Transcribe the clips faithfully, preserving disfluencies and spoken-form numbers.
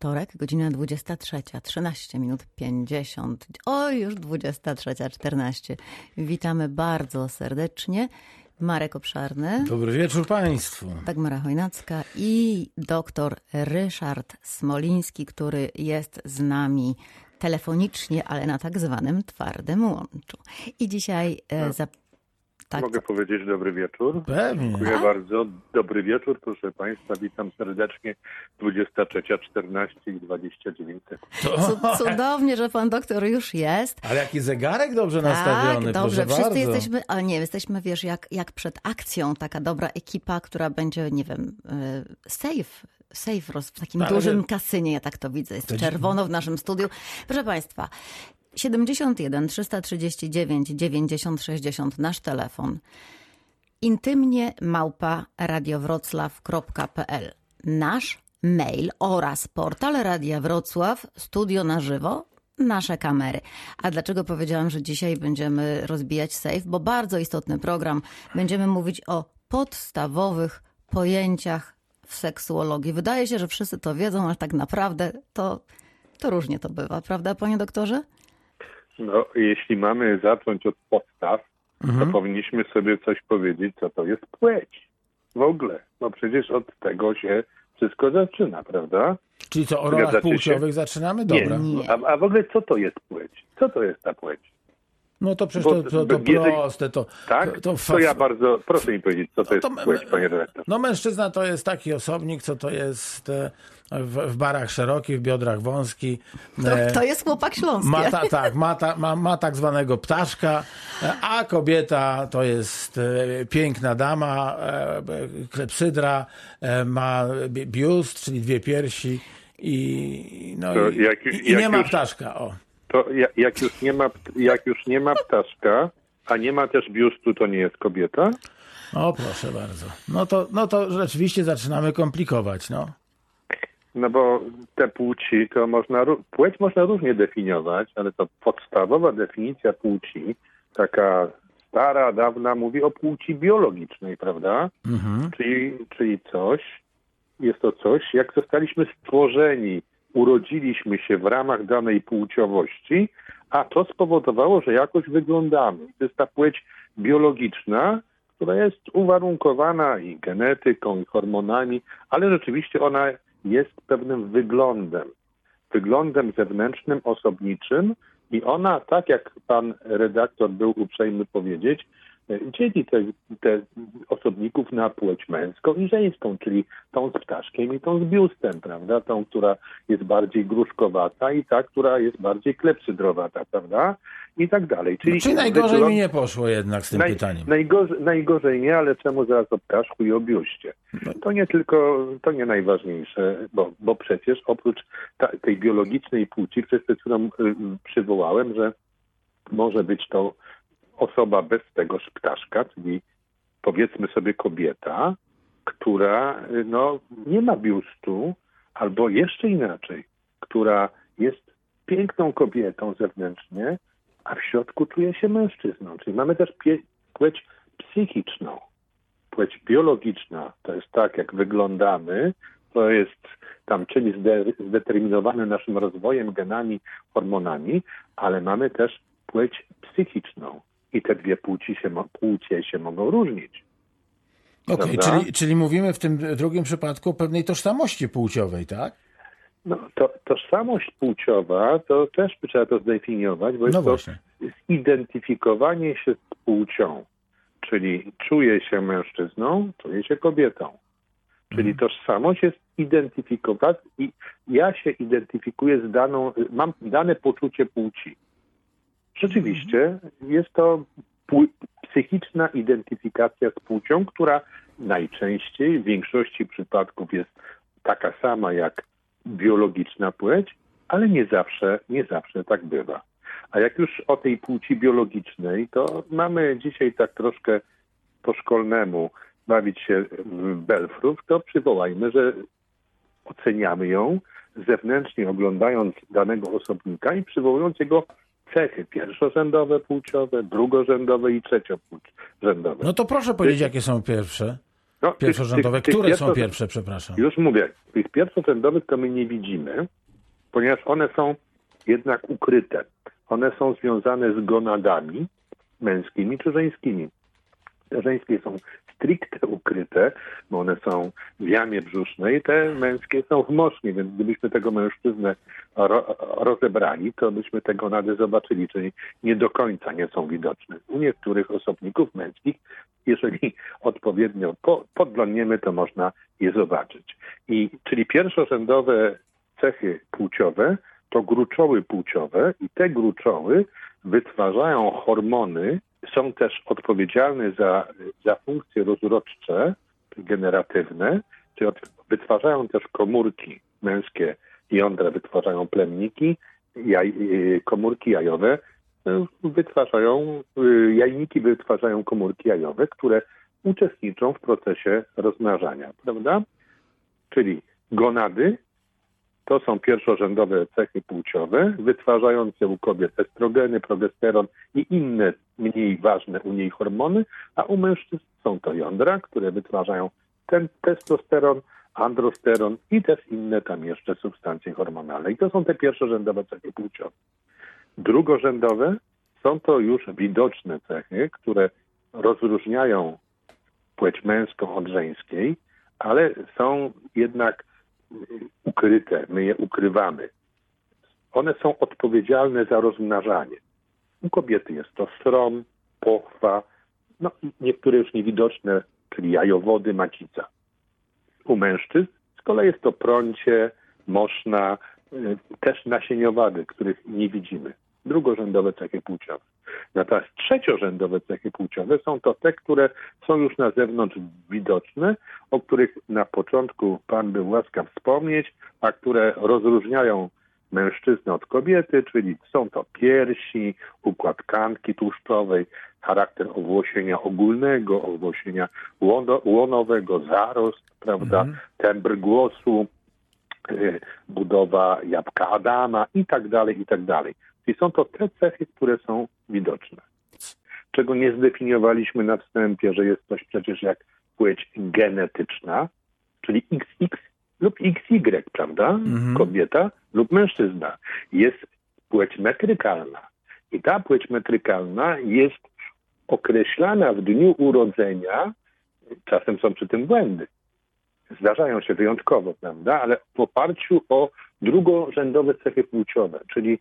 wtorek, godzina dwudziesta trzecia, trzynaście minut pięćdziesiąt. Oj, już dwudziesta trzecia, czternaście. Witamy bardzo serdecznie. Marek Obszarny. Dobry wieczór Państwu. Dagmara Chojnacka i doktor Ryszard Smoliński, który jest z nami telefonicznie, ale na tak zwanym twardym łączu. I dzisiaj e, za... tak, Mogę co? powiedzieć dobry wieczór? Pewnie. Dziękuję A? bardzo. Dobry wieczór, proszę Państwa. Witam serdecznie. dwudziesta trzecia, czternaście i dwadzieścia dziewięć sekund. Cu- Cudownie, że pan doktor już jest. Ale jaki zegarek dobrze nastawiony, Tak, dobrze. proszę Wszyscy bardzo. jesteśmy, ale nie, jesteśmy, wiesz, jak, jak przed akcją, taka dobra ekipa, która będzie, nie wiem, y, safe, safe roz, w takim Ale dużym wie- kasynie, ja tak to widzę, jest To- czerwono w naszym studiu. Proszę Państwa, siedemdziesiąt jeden, trzysta trzydzieści dziewięć, dziewięćdziesiąt sześćdziesiąt, nasz telefon. Intymnie małpa radiowroclaw kropka pe el. Nasz mail oraz portal Radia Wrocław, studio na żywo, nasze kamery. A dlaczego powiedziałam, że dzisiaj będziemy rozbijać safe? Bo bardzo istotny program. Będziemy mówić o podstawowych pojęciach w seksuologii. Wydaje się, że wszyscy to wiedzą, ale tak naprawdę to, to różnie to bywa. Prawda, panie doktorze? No, jeśli mamy zacząć od podstaw, Mhm. to powinniśmy sobie coś powiedzieć, co to jest płeć. W ogóle. No przecież od tego się wszystko zaczyna, prawda? Czyli co, o rolach Zgadzacie się? płciowych zaczynamy? Dobra. Nie. A, a w ogóle co to jest płeć? Co to jest ta płeć? No to przecież Bo- to, to, to bo jeżeli- proste. To, Tak? to, To, fa- ja bardzo... Proszę mi powiedzieć, co to to jest my- płeć, panie redaktor. No mężczyzna to jest taki osobnik, co to jest e, w, w barach szerokich, w biodrach wąski. To, e, to jest chłopak śląski. Ma, ta, tak, ma, ta, ma, ma tak zwanego ptaszka, e, a kobieta to jest e, piękna dama, e, klepsydra, e, ma bi- biust, czyli dwie piersi i, no To i, jak- i, i jak nie ma już- ptaszka. O. To ja- jak już nie ma, jak już nie ma ptaszka, a nie ma też biustu, to nie jest kobieta? o, proszę bardzo. No to, no to rzeczywiście zaczynamy komplikować, no. No bo te płci, to można, ró- płeć można różnie definiować, ale to podstawowa definicja płci, taka stara, dawna, mówi o płci biologicznej, prawda? Mhm. Czyli, czyli coś, jest to coś, jak zostaliśmy stworzeni, urodziliśmy się w ramach danej płciowości, a to spowodowało, że jakoś wyglądamy. To jest ta płeć biologiczna, która jest uwarunkowana i genetyką, i hormonami, ale rzeczywiście ona jest pewnym wyglądem, wyglądem zewnętrznym, osobniczym i ona, tak jak pan redaktor był uprzejmy powiedzieć, dzieli te, te osobników na płeć męską i żeńską, czyli tą z ptaszkiem i tą z biustem, prawda? Tą, która jest bardziej gruszkowata i ta, która jest bardziej klepsydrowata, prawda? I tak dalej. Czyli, Czyli najgorzej wygląd- mi nie poszło jednak z tym Naj, pytaniem. Najgorzej, najgorzej nie, ale czemu zaraz o ptaszku i o biuście? To nie tylko, to nie najważniejsze, bo, bo przecież oprócz ta, tej biologicznej płci, przez którą y, przywołałem, że może być to osoba bez tegoż ptaszka, czyli powiedzmy sobie kobieta, która y, no, nie ma biustu, albo jeszcze inaczej, która jest piękną kobietą zewnętrznie, a w środku czuje się mężczyzną. Czyli mamy też pie- płeć psychiczną. Płeć biologiczna to jest tak, jak wyglądamy, to jest tam czymś zde- zdeterminowane naszym rozwojem, genami, hormonami, ale mamy też płeć psychiczną. I te dwie płci się, mo- płcie się mogą różnić. Okej, Prawda? czyli, czyli mówimy w tym drugim przypadku o pewnej tożsamości płciowej, tak? No, to, tożsamość płciowa to też trzeba to zdefiniować, bo jest No to właśnie. zidentyfikowanie się z płcią. Czyli czuję się mężczyzną, czuję się kobietą. Czyli Mhm. tożsamość jest identyfikować i ja się identyfikuję z daną, mam dane poczucie płci. Rzeczywiście jest to pł- psychiczna identyfikacja z płcią, która najczęściej w większości przypadków jest taka sama jak biologiczna płeć, ale nie zawsze, nie zawsze tak bywa. A jak już o tej płci biologicznej, to mamy dzisiaj tak troszkę po szkolnemu bawić się w belfrów, to przywołajmy, że oceniamy ją zewnętrznie, oglądając danego osobnika i przywołując jego cechy pierwszorzędowe płciowe, drugorzędowe i trzeciorzędowe. No to proszę powiedzieć, jakie są pierwsze. No, pierwszorzędowe. Tych, tych, Które tych są pierwsze, przepraszam? Już mówię. Tych pierwszorzędowych to my nie widzimy, ponieważ one są jednak ukryte. One są związane z gonadami męskimi czy żeńskimi. Te żeńskie są stricte ukryte, bo one są w jamie brzusznej, te męskie są w mosznie, więc gdybyśmy tego mężczyznę ro, rozebrali, to byśmy te gonady zobaczyli, czyli nie do końca nie są widoczne. U niektórych osobników męskich, jeżeli odpowiednio po, podglądniemy, to można je zobaczyć. I, czyli pierwszorzędowe cechy płciowe to gruczoły płciowe i te gruczoły wytwarzają hormony, są też odpowiedzialne za, za funkcje rozrodcze, generatywne, czyli od, wytwarzają też komórki męskie, jądra wytwarzają plemniki, jaj, komórki jajowe wytwarzają, jajniki wytwarzają komórki jajowe, które uczestniczą w procesie rozmnażania, prawda? Czyli gonady to są pierwszorzędowe cechy płciowe, wytwarzające u kobiet estrogeny, progesteron i inne mniej ważne u niej hormony, a u mężczyzn są to jądra, które wytwarzają ten testosteron, androsteron i też inne tam jeszcze substancje hormonalne. I to są te pierwszorzędowe cechy płciowe. Drugorzędowe są to już widoczne cechy, które rozróżniają płeć męską od żeńskiej, ale są jednak ukryte, my je ukrywamy. One są odpowiedzialne za rozmnażanie. U kobiety jest to srom, pochwa, no i niektóre już niewidoczne, czyli jajowody, macica. U mężczyzn z kolei jest to prącie, moszna, też nasieniowady, których nie widzimy. Drugorzędowe cechy płciowe. Natomiast trzeciorzędowe cechy płciowe są to te, które są już na zewnątrz widoczne, o których na początku Pan był łaskaw wspomnieć, a które rozróżniają mężczyznę od kobiety, czyli są to piersi, układ tkanki tłuszczowej, charakter owłosienia ogólnego, owłosienia łono, łonowego, zarost, prawda, mhm. tembr głosu, y, budowa jabłka Adama i tak dalej, i tak dalej. I są to te cechy, które są widoczne. Czego nie zdefiniowaliśmy na wstępie, że jest coś przecież jak płeć genetyczna, czyli X X lub X Y, prawda? Mhm. Kobieta lub mężczyzna. Jest płeć metrykalna. I ta płeć metrykalna jest określana w dniu urodzenia, czasem są przy tym błędy. Zdarzają się wyjątkowo, prawda? Ale w oparciu o drugorzędowe cechy płciowe, czyli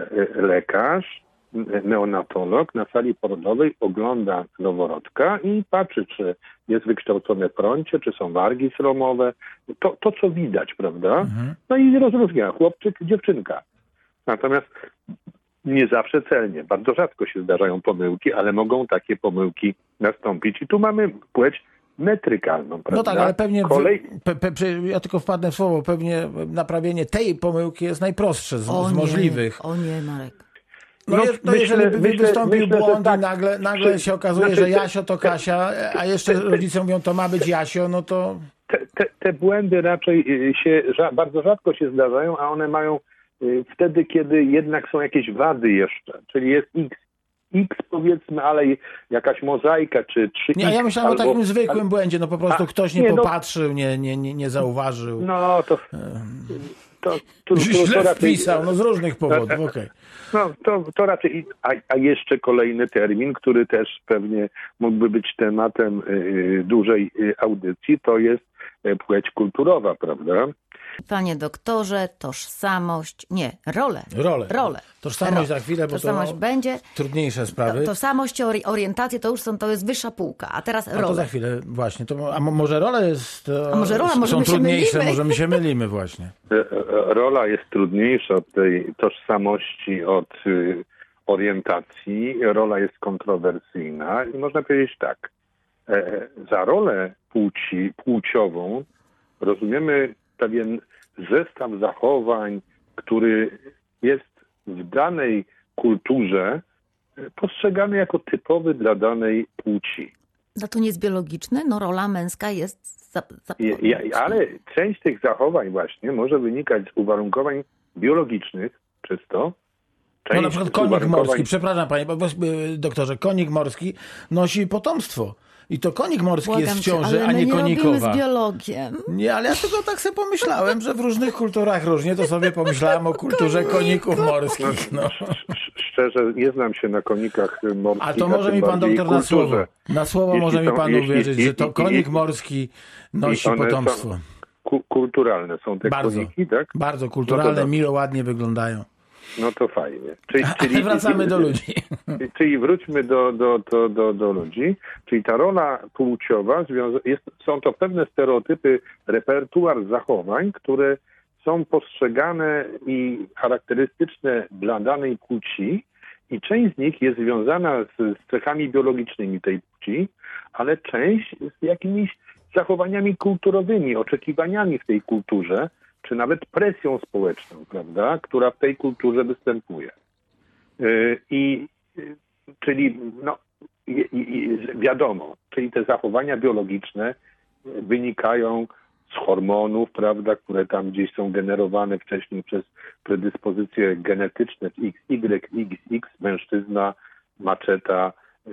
lekarz, neonatolog na sali porodowej ogląda noworodka i patrzy, czy jest wykształcone prącie, czy są wargi sromowe, to, to co widać, prawda? Mhm. No i rozróżnia chłopczyk, dziewczynka. Natomiast nie zawsze celnie, bardzo rzadko się zdarzają pomyłki, ale mogą takie pomyłki nastąpić. I tu mamy płeć metrykalną, prawda? No tak, ale pewnie, Kolej... pe, pe, ja tylko wpadnę w słowo, pewnie naprawienie tej pomyłki jest najprostsze z, o z nie, możliwych. O nie, Marek. No, no, no myślę, jeżeli by myślę, wystąpił myślę, błąd tak. i nagle, nagle się okazuje, znaczy, że Jasio to Kasia, a jeszcze rodzice mówią, to ma być Jasio, no to... Te, te, te błędy raczej się bardzo rzadko się zdarzają, a one mają wtedy, kiedy jednak są jakieś wady jeszcze, czyli jest X, X powiedzmy, ale jakaś mozaika, czy trzy X. Nie, ja myślałem albo, o takim zwykłym ale, błędzie, no po prostu a, ktoś nie, nie popatrzył, no, nie, nie, nie, nie zauważył. No to... to, to, to źle to raczej, wpisał, no z różnych powodów, okej. Okay. No to, to raczej, a, a jeszcze kolejny termin, który też pewnie mógłby być tematem y, dużej y, audycji, to jest y, płeć kulturowa, prawda? Panie doktorze, tożsamość, nie, rolę. Rolę. Rolę. Tożsamość Rolę. Za chwilę, bo tożsamość to będzie. Trudniejsze sprawy. To, tożsamość, orientacje to już są, to jest wyższa półka, a teraz rolę. A to za chwilę właśnie. To, a może rola jest, a może rola, może są my trudniejsze, się mylimy. może my się mylimy właśnie. Rola jest trudniejsza od tej tożsamości, od y, orientacji. Rola jest kontrowersyjna i można powiedzieć tak. E, za rolę płci, płciową rozumiemy pewien zestaw zachowań, który jest w danej kulturze postrzegany jako typowy dla danej płci. No to nie jest biologiczne? No rola męska jest... Za, za... Ja, ale część tych zachowań właśnie może wynikać z uwarunkowań biologicznych czysto. No na przykład konik uwarunkowań... morski, przepraszam panie doktorze, konik morski nosi potomstwo. I to konik morski Błagam jest w cię, ciąży, ale a my nie nie konikowa. robimy z biologiem. Nie, ale ja tylko tak sobie pomyślałem, że w różnych kulturach różnie, to sobie pomyślałem o kulturze koników morskich. No. Szczerze, nie znam się na konikach morskich. A to może mi pan doktor na słowo, na słowo Jeśli może mi są- pan jeśli- uwierzyć, że to jeśli- konik jeśli- morski i nosi one potomstwo. są ku- kulturalne są te Bardzo, koniki, tak? bardzo kulturalne, dobrze. milo, ładnie wyglądają. No to fajnie. Czyli, Ale wracamy do ludzi. Czyli wróćmy do, do, do, do, do ludzi. Czyli ta rola płciowa, związa- jest, są to pewne stereotypy, repertuar zachowań, które są postrzegane i charakterystyczne dla danej płci i część z nich jest związana z, z cechami biologicznymi tej płci, ale część z jakimiś zachowaniami kulturowymi, oczekiwaniami w tej kulturze, czy nawet presją społeczną, prawda, która w tej kulturze występuje. Yy, I yy, czyli no, i, i, wiadomo, czyli te zachowania biologiczne wynikają z hormonów, prawda, które tam gdzieś są generowane wcześniej przez predyspozycje genetyczne X Y, X X, mężczyzna, maczeta,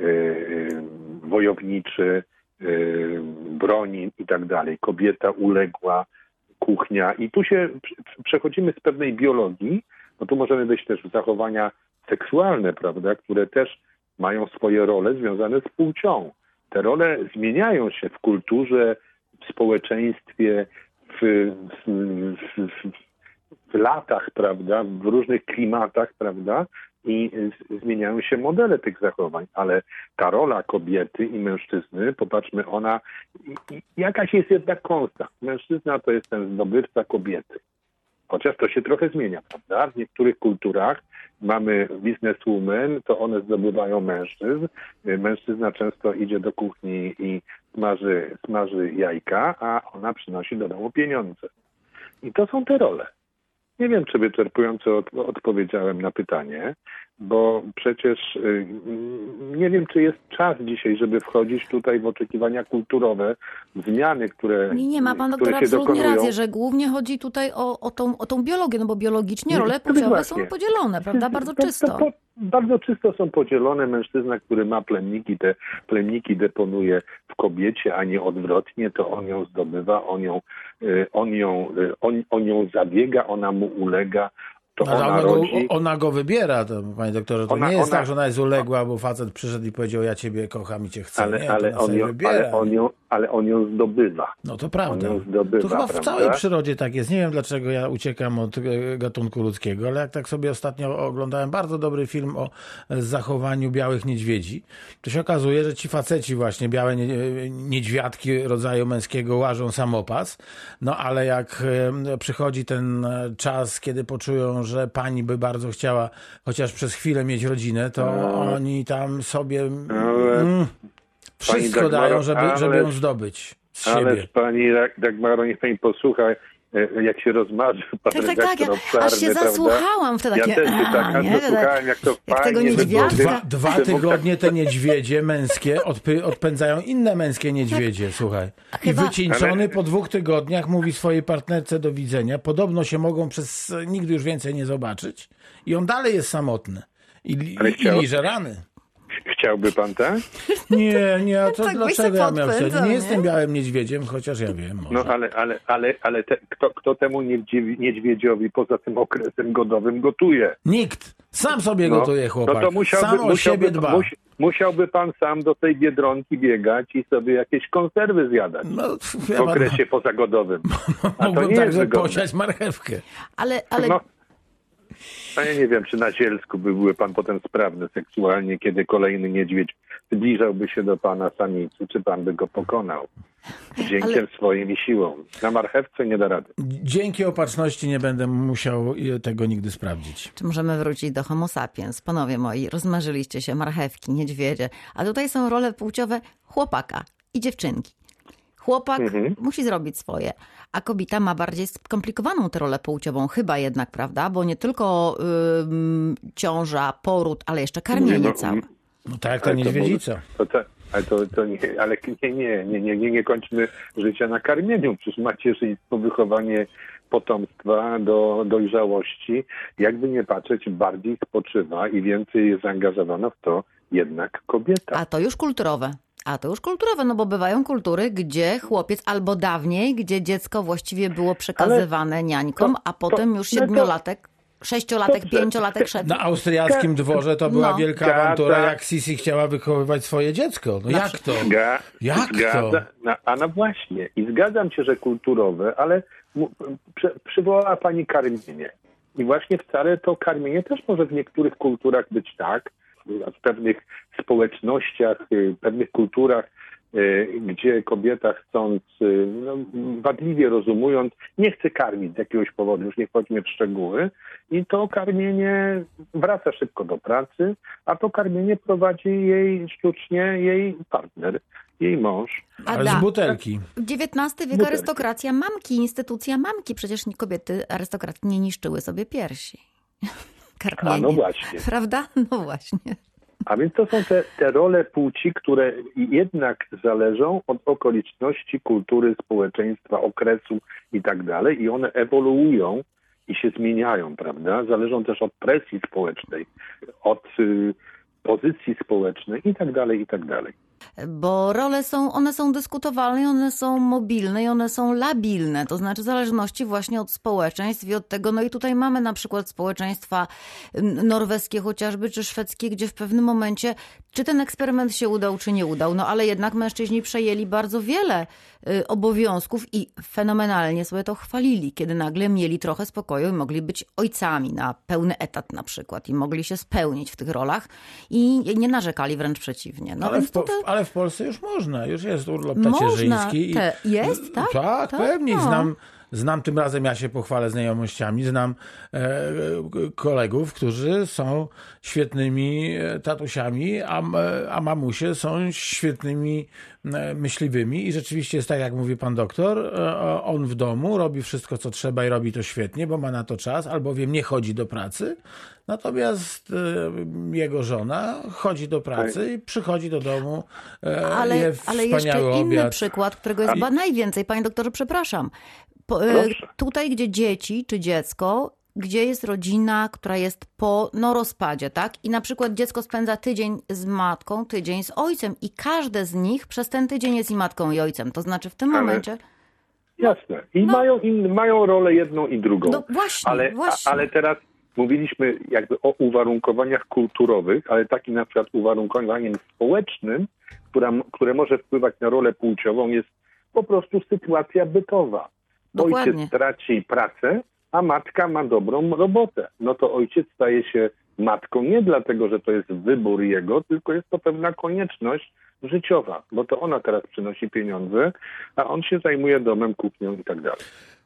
yy, wojowniczy, yy, broni i tak dalej, kobieta uległa, kuchnia. I tu się przechodzimy z pewnej biologii, bo tu możemy wejść też w zachowania seksualne, prawda, które też mają swoje role związane z płcią. Te role zmieniają się w kulturze, w społeczeństwie, w, w, w, w, w latach, prawda, w różnych klimatach, prawda, i z, zmieniają się modele tych zachowań, ale ta rola kobiety i mężczyzny, popatrzmy, ona i, i, jakaś jest jednak konstans. Mężczyzna to jest ten zdobywca kobiety. Chociaż to się trochę zmienia, prawda? W niektórych kulturach mamy businesswomen, to one zdobywają mężczyzn. Mężczyzna często idzie do kuchni i smaży, smaży jajka, a ona przynosi do domu pieniądze. I to są te role. Nie wiem, czy wyczerpująco od, odpowiedziałem na pytanie, bo przecież y, nie wiem, czy jest czas dzisiaj, żeby wchodzić tutaj w oczekiwania kulturowe, zmiany, które Nie, nie ma pan które doktor się absolutnie dokonują. rację, że głównie chodzi tutaj o, o, tą, o tą biologię, no bo biologicznie Nie, role to płciowe właśnie. są podzielone, prawda? Bardzo To- to- czysto. to- Bardzo czysto są podzielone. Mężczyzna, który ma plemniki, te plemniki deponuje w kobiecie, a nie odwrotnie, to on ją zdobywa, on ją, y, on ją, y, on, on ją zabiega, ona mu ulega, to Ale ona ona, go, rodzi. ona go wybiera, to, panie doktorze. To Ona- nie jest ona- tak, że ona jest uległa, bo facet przyszedł i powiedział, ja ciebie kocham i cię chcę. Ale, nie, ale, to ona on sobie ją, wybiera. ale, on ją, ale on ją zdobywa. No to prawda. On ją zdobywa, to chyba w prawda? całej przyrodzie tak jest. Nie wiem, dlaczego ja uciekam od e, gatunku ludzkiego, ale jak tak sobie ostatnio oglądałem bardzo dobry film o e, zachowaniu białych niedźwiedzi, to się okazuje, że ci faceci właśnie, białe nie, niedźwiadki rodzaju męskiego łażą samopas, no ale jak e, przychodzi ten e, czas, kiedy poczują, że pani by bardzo chciała chociaż przez chwilę mieć rodzinę, to oni tam sobie Ale- mm, wszystko Dagmaro, dają, żeby, żeby ją ależ- zdobyć z siebie. Ależ pani Dag- Dagmaro, niech pani posłucha, e, jak się rozmarzył pan Tak, tak, tak. redaktor Ja obszarny, aż się prawda? zasłuchałam w te takie... Ja też się tak a, aż nie? zasłuchałem, jak to Jak tego fajnie niedźwiadka. wygląda. Dwa, dwa tygodnie te niedźwiedzie męskie odpy, odpędzają inne męskie niedźwiedzie, słuchaj. I Chyba- wycieńczony Ale- po dwóch tygodniach mówi swojej partnerce do widzenia. Podobno się mogą przez nigdy już więcej nie zobaczyć. I on dalej jest samotny. I, li- Ale i chciał- liże rany. Chciałby pan, tak? Nie, nie, a to Tak byś dlaczego się ja miałem podpędzał, chcieć? Nie nie? jestem białym niedźwiedziem, chociaż ja wiem. Może. No ale, ale, ale, ale te, kto, kto temu niedźwie- niedźwiedziowi poza tym okresem godowym gotuje? Nikt. Sam sobie No, gotuje chłopak. No to musiałby, Sam o musiałby, siebie dba. musi, musiałby pan sam do tej Biedronki biegać i sobie jakieś konserwy zjadać No, w ja pan, okresie pozagodowym. A to mógłbym nie jest także wygodne. posiać marchewkę. Ale, ale No, a ja nie wiem, czy na Zielsku by były pan potem sprawny seksualnie, kiedy kolejny niedźwiedź zbliżałby się do pana samicy, czy pan by go pokonał dziękiem Ale- swoim i siłą. Na marchewce nie da rady. Dzięki opatrzności nie będę musiał tego nigdy sprawdzić. czy możemy wrócić do homo sapiens? Panowie moi, rozmarzyliście się, marchewki, niedźwiedzie. A tutaj są role płciowe chłopaka i dziewczynki. Chłopak Mhm. musi zrobić swoje, a kobieta ma bardziej skomplikowaną tę rolę płciową, chyba jednak, prawda? Bo nie tylko ym, ciąża, poród, ale jeszcze karmienie Nie, no, całe. No tak jak ta Ale to niedźwiedzica. To, to, ale to, to nie, ale nie, nie, nie, nie, nie, nie kończmy życia na karmieniu. Przecież macierzyństwo, wychowanie potomstwa do dojrzałości, jakby nie patrzeć, bardziej spoczywa i więcej jest zaangażowana w to jednak kobieta. A to już kulturowe. A to już kulturowe, no bo bywają kultury, gdzie chłopiec albo dawniej, gdzie dziecko właściwie było przekazywane niańkom, to- a potem to- już no to- siedmiolatek, sześciolatek, Dobrze. pięciolatek szedł. Na austriackim dworze to była No. wielka Zgadza. awantura, jak Sisi chciała wychowywać swoje dziecko. No jak to? Zga- Jak to? zgadza, no, a no właśnie. I zgadzam się, że kulturowe, ale mu- przy, przywołała pani karmienie. I właśnie wcale to karmienie też może w niektórych kulturach być tak, w pewnych społecznościach, y, pewnych kulturach, y, gdzie kobieta chcąc, y, no, wadliwie rozumując, nie chce karmić z jakiegoś powodu, już nie wchodźmy w szczegóły, i to karmienie wraca szybko do pracy, a to karmienie prowadzi jej sztucznie jej partner, jej mąż. Ale Ada, z butelki. dziewiętnasty wiek Butelki. arystokracja mamki, instytucja mamki. Przecież kobiety arystokratki nie niszczyły sobie piersi. Karmienie. A no właśnie. Prawda? No właśnie. A więc to są te, te role płci, które jednak zależą od okoliczności, kultury, społeczeństwa, okresu i tak dalej. I one ewoluują i się zmieniają, prawda? Zależą też od presji społecznej, od y, pozycji społecznej i tak dalej, i tak dalej. Bo role są, one są dyskutowalne, i one są mobilne i one są labilne, to znaczy w zależności właśnie od społeczeństw i od tego, no i tutaj mamy na przykład społeczeństwa norweskie chociażby, czy szwedzkie, gdzie w pewnym momencie, czy ten eksperyment się udał, czy nie udał, no ale jednak mężczyźni przejęli bardzo wiele y, obowiązków i fenomenalnie sobie to chwalili, kiedy nagle mieli trochę spokoju i mogli być ojcami na pełny etat na przykład i mogli się spełnić w tych rolach i nie narzekali, wręcz przeciwnie. No Ale więc w, po, tutaj... ale w Polsce już można, już jest urlop Można, tacierzyński. i- te- jest, tak? Tak, Tak, pewnie. no. Znam, znam, tym razem ja się pochwalę znajomościami, znam e, kolegów, którzy są świetnymi e, tatusiami, a, m- a mamusie są świetnymi e, myśliwymi i rzeczywiście jest tak, jak mówi pan doktor, e, on w domu robi wszystko, co trzeba i robi to świetnie, bo ma na to czas, albowiem nie chodzi do pracy. Natomiast e, jego żona chodzi do pracy i przychodzi do domu, e, Ale, je ale jeszcze wspaniały inny obiad. przykład, którego jest chyba najwięcej. Panie doktorze, przepraszam. Po, e, Proszę. tutaj, gdzie dzieci czy dziecko, gdzie jest rodzina, która jest po no, rozpadzie, tak? I na przykład dziecko spędza tydzień z matką, tydzień z ojcem i każde z nich przez ten tydzień jest i matką, i ojcem. To znaczy w tym Ale- momencie... Jasne. I No. mają, in, mają rolę jedną i drugą. No właśnie, ale, właśnie. A, ale teraz mówiliśmy jakby o uwarunkowaniach kulturowych, ale takim na przykład uwarunkowaniem społecznym, która, które może wpływać na rolę płciową, jest po prostu sytuacja bytowa. Dokładnie. Ojciec traci pracę, a matka ma dobrą robotę. No to ojciec staje się matką nie dlatego, że to jest wybór jego, tylko jest to pewna konieczność życiowa, bo to ona teraz przynosi pieniądze, a on się zajmuje domem, kuchnią i tak dalej.